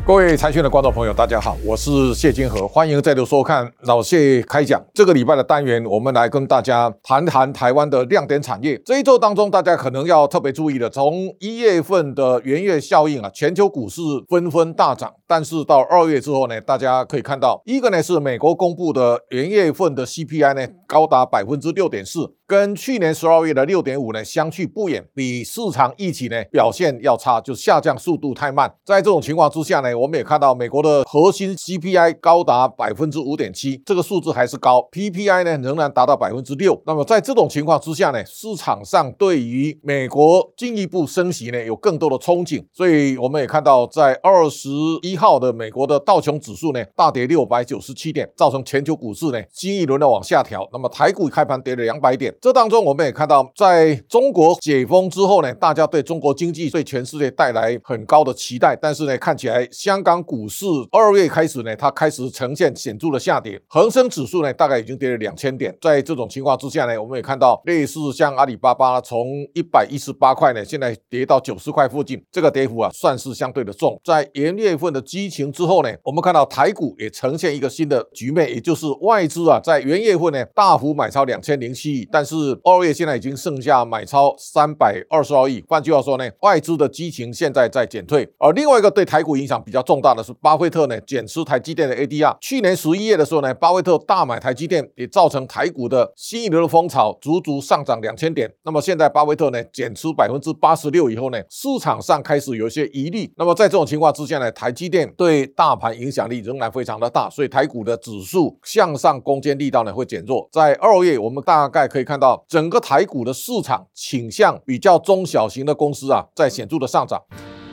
各位财讯的观众朋友，大家好，我是谢金河，欢迎再度收看老谢开讲。这个礼拜的单元，我们来跟大家谈谈台湾的亮点产业。这一周当中，大家可能要特别注意的，从1月份的元月效应全球股市纷纷大涨，但是到2月之后呢，大家可以看到，一个呢是美国公布的元月份的 CPI 呢高达 6.4%， 跟去年12月的 6.5 呢相去不远，比市场预期呢表现要差，就下降速度太慢。在这种情况之下呢，我们也看到美国的核心 CPI 高达 5.7%， 这个数字还是高， PPI 呢仍然达到 6%。 那么在这种情况之下呢，市场上对于美国进一步升息呢有更多的憧憬，所以我们也看到在21号的美国的道琼指数呢大跌697点，造成全球股市呢新一轮的往下调。那么台股开盘跌了200点，这当中我们也看到，在中国解封之后呢，大家对中国经济对全世界带来很高的期待，但是呢，看起来香港股市2月开始呢，它开始呈现显著的下跌，恒生指数呢大概已经跌了2000点。在这种情况之下呢，我们也看到类似像阿里巴巴从118块呢，现在跌到90块附近，这个跌幅算是相对的重。在元月份的激情之后呢，我们看到台股也呈现一个新的局面，也就是外资在元月份呢大幅买超2007亿，但是2月现在已经剩下买超322亿，换句话说呢，外资的激情现在在减退。而另外一个对台股影响比较重大的是巴菲特呢减持台积电的 ADR。 去年11月的时候呢，巴菲特大买台积电，也造成台股的新一轮的风潮足足上涨2000点。那么现在巴菲特呢减持 86% 以后呢，市场上开始有一些疑虑。那么在这种情况之下呢，台积电对大盘影响力仍然非常的大，所以台股的指数向上攻坚力道呢会减弱。在2月我们大概可以看到整个台股的市场倾向比较中小型的公司在显著的上涨。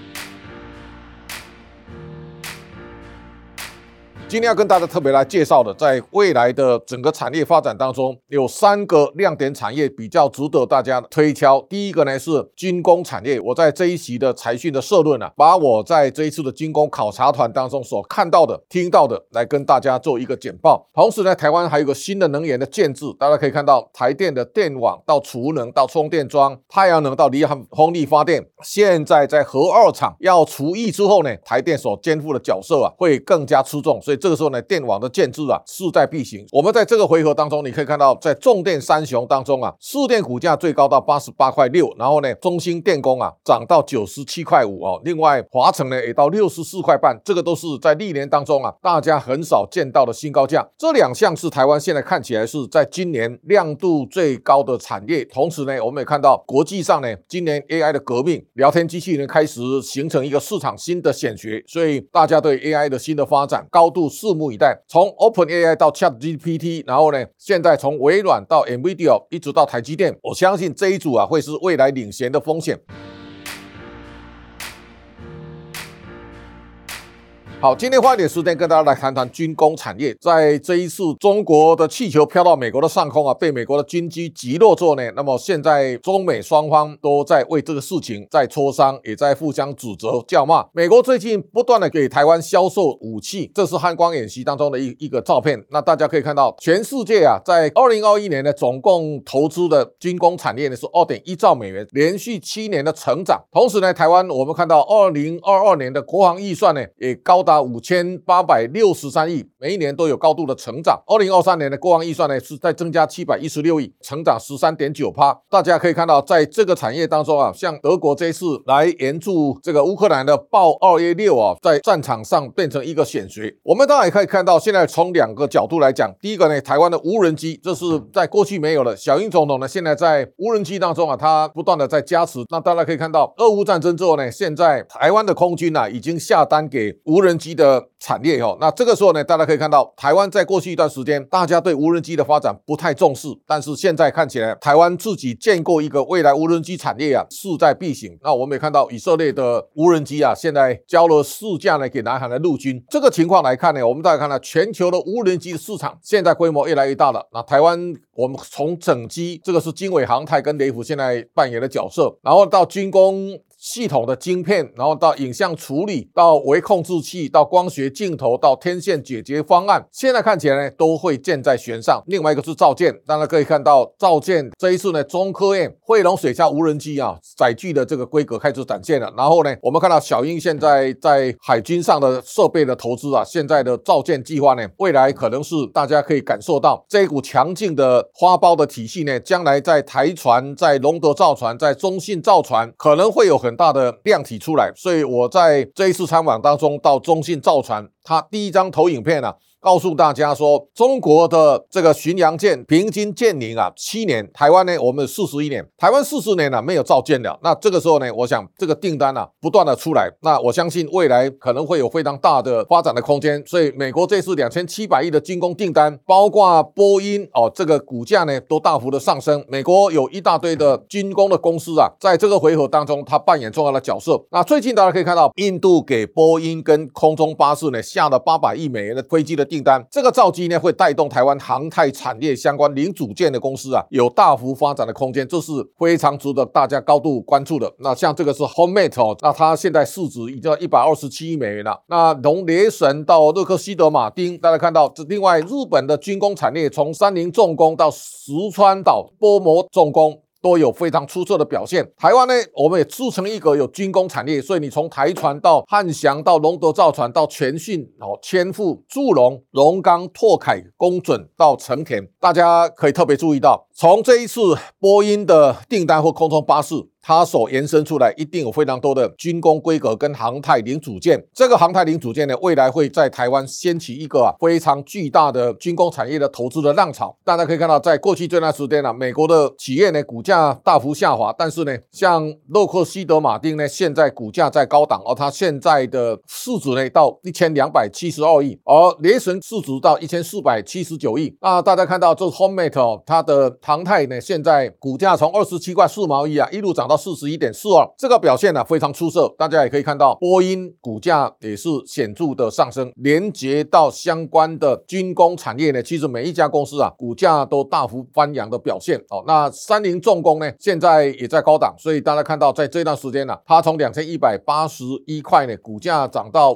今天要跟大家特别来介绍的，在未来的整个产业发展当中，有3个亮点产业比较值得大家推敲。第一个呢是军工产业，我在这一期的财讯的社论把我在这一次的军工考察团当中所看到的、听到的来跟大家做一个简报。同时呢，台湾还有一个新的能源的建制，大家可以看到台电的电网到储能到充电桩，太阳能到离岸风力发电，现在在核2厂要除役之后呢，台电所肩负的角色会更加出众，所以这个时候呢，电网的建制势在必行。我们在这个回合当中，你可以看到，在重电三雄当中市电股价最高到88.6块，然后呢，中兴电工涨到97.5块，另外华城呢也到64.5块，这个都是在历年当中大家很少见到的新高价。这2项是台湾现在看起来是在今年亮度最高的产业。同时呢，我们也看到国际上呢，今年 AI 的革命，聊天机器人开始形成一个市场新的显学，所以大家对 AI 的新的发展高度拭目以待。从 OpenAI 到 ChatGPT， 然后呢，现在从微软到 NVIDIA 一直到台积电，我相信这一组会是未来领先的风险。好，今天花一点时间跟大家来谈谈军工产业。在这一次中国的气球飘到美国的上空被美国的军机击落之后呢，那么现在中美双方都在为这个事情在磋商，也在互相指责叫骂。美国最近不断的给台湾销售武器，这是汉光演习当中的一个照片。那大家可以看到，全世界在2021年呢，总共投资的军工产业呢是 2.1 兆美元，连续7年的成长。同时呢，台湾我们看到2022年的国防预算呢也高达5863亿，每一年都有高度的成长。2023年的国防预算呢是在增加716亿，成长 13.9%。 大家可以看到，在这个产业当中像德国这一次来援助这个乌克兰的豹216在战场上变成一个显学。我们当然也可以看到，现在从2个角度来讲，第一个呢，台湾的无人机，这是在过去没有的。小英总统呢，现在在无人机当中他不断的在加持。那大家可以看到，俄乌战争之后呢，现在台湾的空军已经下单给无人机的产业那这个时候呢，大家可以看到，台湾在过去一段时间，大家对无人机的发展不太重视，但是现在看起来，台湾自己建构一个未来无人机产业势在必行。那我们也看到以色列的无人机现在交了4架呢给南韩的陆军。这个情况来看呢，我们大家看到全球的无人机的市场现在规模越来越大了。那台湾我们从整机，这个是经纬航太跟雷虎现在扮演的角色，然后到军工系统的晶片，然后到影像处理，到微控制器，到光学镜头，到天线解决方案，现在看起来呢都会建在弦上。另外一个是造舰，大家可以看到造舰这一次呢，中科院惠龙水下无人机啊载具的这个规格开始展现了。然后呢，我们看到小鹰现在在海军上的设备的投资啊，现在的造舰计划呢，未来可能是大家可以感受到这一股强劲的花苞的体系呢，将来在台船、在龙德造船、在中信造船可能会有很大的量体出来。所以我在这一次参访当中到中信造船，它第一张投影片啊，告诉大家说，中国的这个巡洋舰平均舰龄啊7年，台湾呢我们41年，台湾40年没有造舰了。那这个时候呢，我想这个订单不断的出来，那我相信未来可能会有非常大的发展的空间。所以美国这次2700亿的军工订单，包括波音这个股价呢都大幅的上升。美国有一大堆的军工的公司啊，在这个回合当中它扮演重要的角色。那最近大家可以看到，印度给波音跟空中巴士呢下了800亿美元的飞机的订单，这个造机呢会带动台湾航太产业相关零组件的公司啊有大幅发展的空间，这是非常值得大家高度关注的。那像这个是 HomeMate 那它现在市值已经127亿美元了。那从雷神到洛克希德马丁，大家看到另外日本的军工产业，从三菱重工到石川岛波摩重工，都有非常出色的表现。台湾呢，我们也自成一格有军工产业，所以你从台船到汉翔到龙德造船到全讯、千富、祝融、荣钢、拓凯、工准到成田，大家可以特别注意到，从这一次波音的订单或空中巴士，它所延伸出来一定有非常多的军工规格跟航太零组件。这个航太零组件呢，未来会在台湾掀起一个非常巨大的军工产业的投资的浪潮。大家可以看到，在过去这段时间美国的企业呢股价大幅下滑，但是呢，像洛克希德马丁呢，现在股价在高档，而它现在的市值呢到1272亿，而雷神市值到1479亿。那大家看到这 HomeMate 它的航太呢，现在股价从27块4毛一一路涨到41.42，这个表现非常出色。大家也可以看到，波音股价也是显著的上升，连接到相关的军工产业呢，其实每一家公司股价都大幅翻扬的表现。那三菱重工呢，现在也在高档，所以大家看到在这段时间它从2181块呢，股价涨到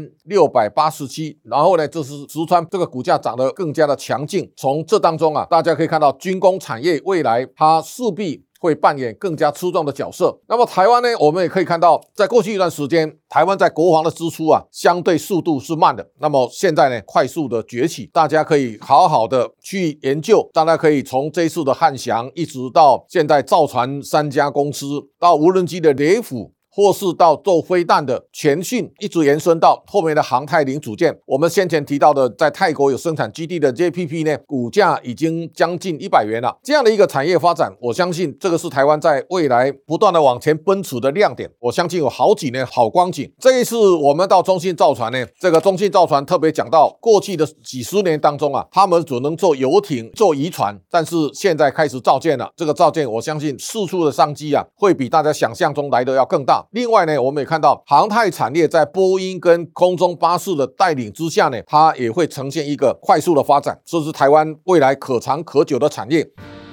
5687，然后呢，这是石川这个股价涨得更加的强劲。从这当中大家可以看到军工产业未来它势必会扮演更加出众的角色。那么台湾呢，我们也可以看到，在过去一段时间，台湾在国防的支出相对速度是慢的。那么现在呢，快速的崛起，大家可以好好的去研究。大家可以从这一次的汉翔，一直到现在造船3家公司，到无人机的雷虎，或是到做飞弹的全讯，一直延伸到后面的航太零组件。我们先前提到的在泰国有生产基地的 JPP 呢，股价已经将近100元了。这样的一个产业发展，我相信这个是台湾在未来不断的往前奔驰的亮点。我相信有好几年好光景。这一次我们到中信造船呢，这个中信造船特别讲到，过去的几十年当中他们只能做游艇、做渔船，但是现在开始造舰了。这个造舰，我相信释出的商机会比大家想象中来的要更大。另外呢，我们也看到航太产业在波音跟空中巴士的带领之下呢，它也会呈现一个快速的发展，这是台湾未来可长可久的产业。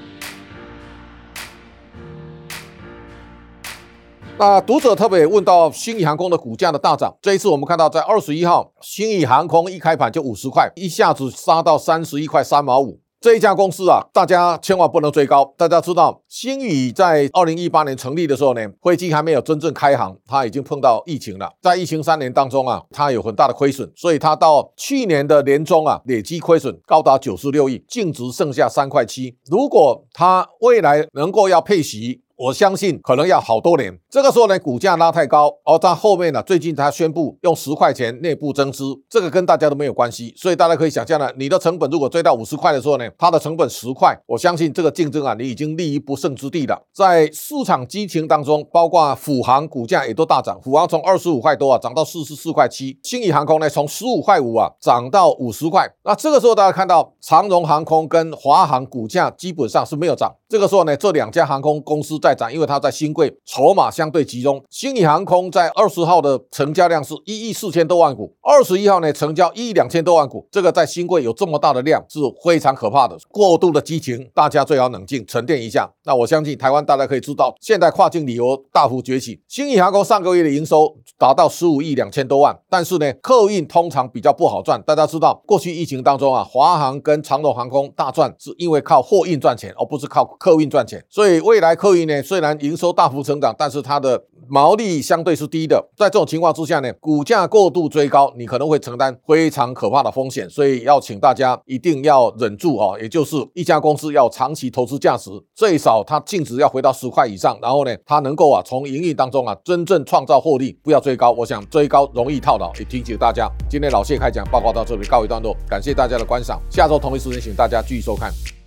那读者特别问到星宇航空的股价的大涨，这一次我们看到在21号，星宇航空一开盘就50块，一下子杀到31块3毛5。这一家公司大家千万不能追高。大家知道，星宇在2018年成立的时候呢，飞机还没有真正开航，它已经碰到疫情了。在疫情3年当中它有很大的亏损，所以它到去年的年中累计亏损高达96亿，净值剩下3块7。如果它未来能够要配息，我相信可能要好多年。这个时候呢，股价拉太高，而在后面最近他宣布用10块钱内部增资，这个跟大家都没有关系。所以大家可以想象你的成本如果追到50块的时候呢，它的成本10块，我相信这个竞争你已经立于不胜之地了。在市场激情当中，包括虎航股价也都大涨，虎航从25块多涨到44块7，星宇航空呢从15块5涨到50块。那这个时候大家看到长荣航空跟华航股价基本上是没有涨， 这个时候呢，这两家航空公司在涨，因为它在新贵筹码相对集中。星宇航空在20号的成交量是1亿4千多万股，21号呢成交1亿2千多万股，这个在新贵有这么大的量是非常可怕的。过度的激情，大家最好冷静沉淀一下。那我相信台湾大家可以知道，现在跨境旅游大幅崛起，星宇航空上个月的营收达到15亿2千多万，但是呢，客运通常比较不好赚。大家知道，过去疫情当中啊，华航跟长荣航空大赚，是因为靠货运赚钱，而不是靠客运赚钱。所以未来客运呢，虽然营收大幅成长，但是它的毛利相对是低的。在这种情况之下呢，股价过度追高，你可能会承担非常可怕的风险。所以要请大家一定要忍住啊，也就是一家公司要长期投资价值，最少它净值要回到10块以上，然后呢，它能够从营运当中真正创造获利，不要追高。我想追高容易套牢，也提醒大家。今天老谢开讲报告到这里告一段落，感谢大家的观赏，下周同一时间请大家继续收看。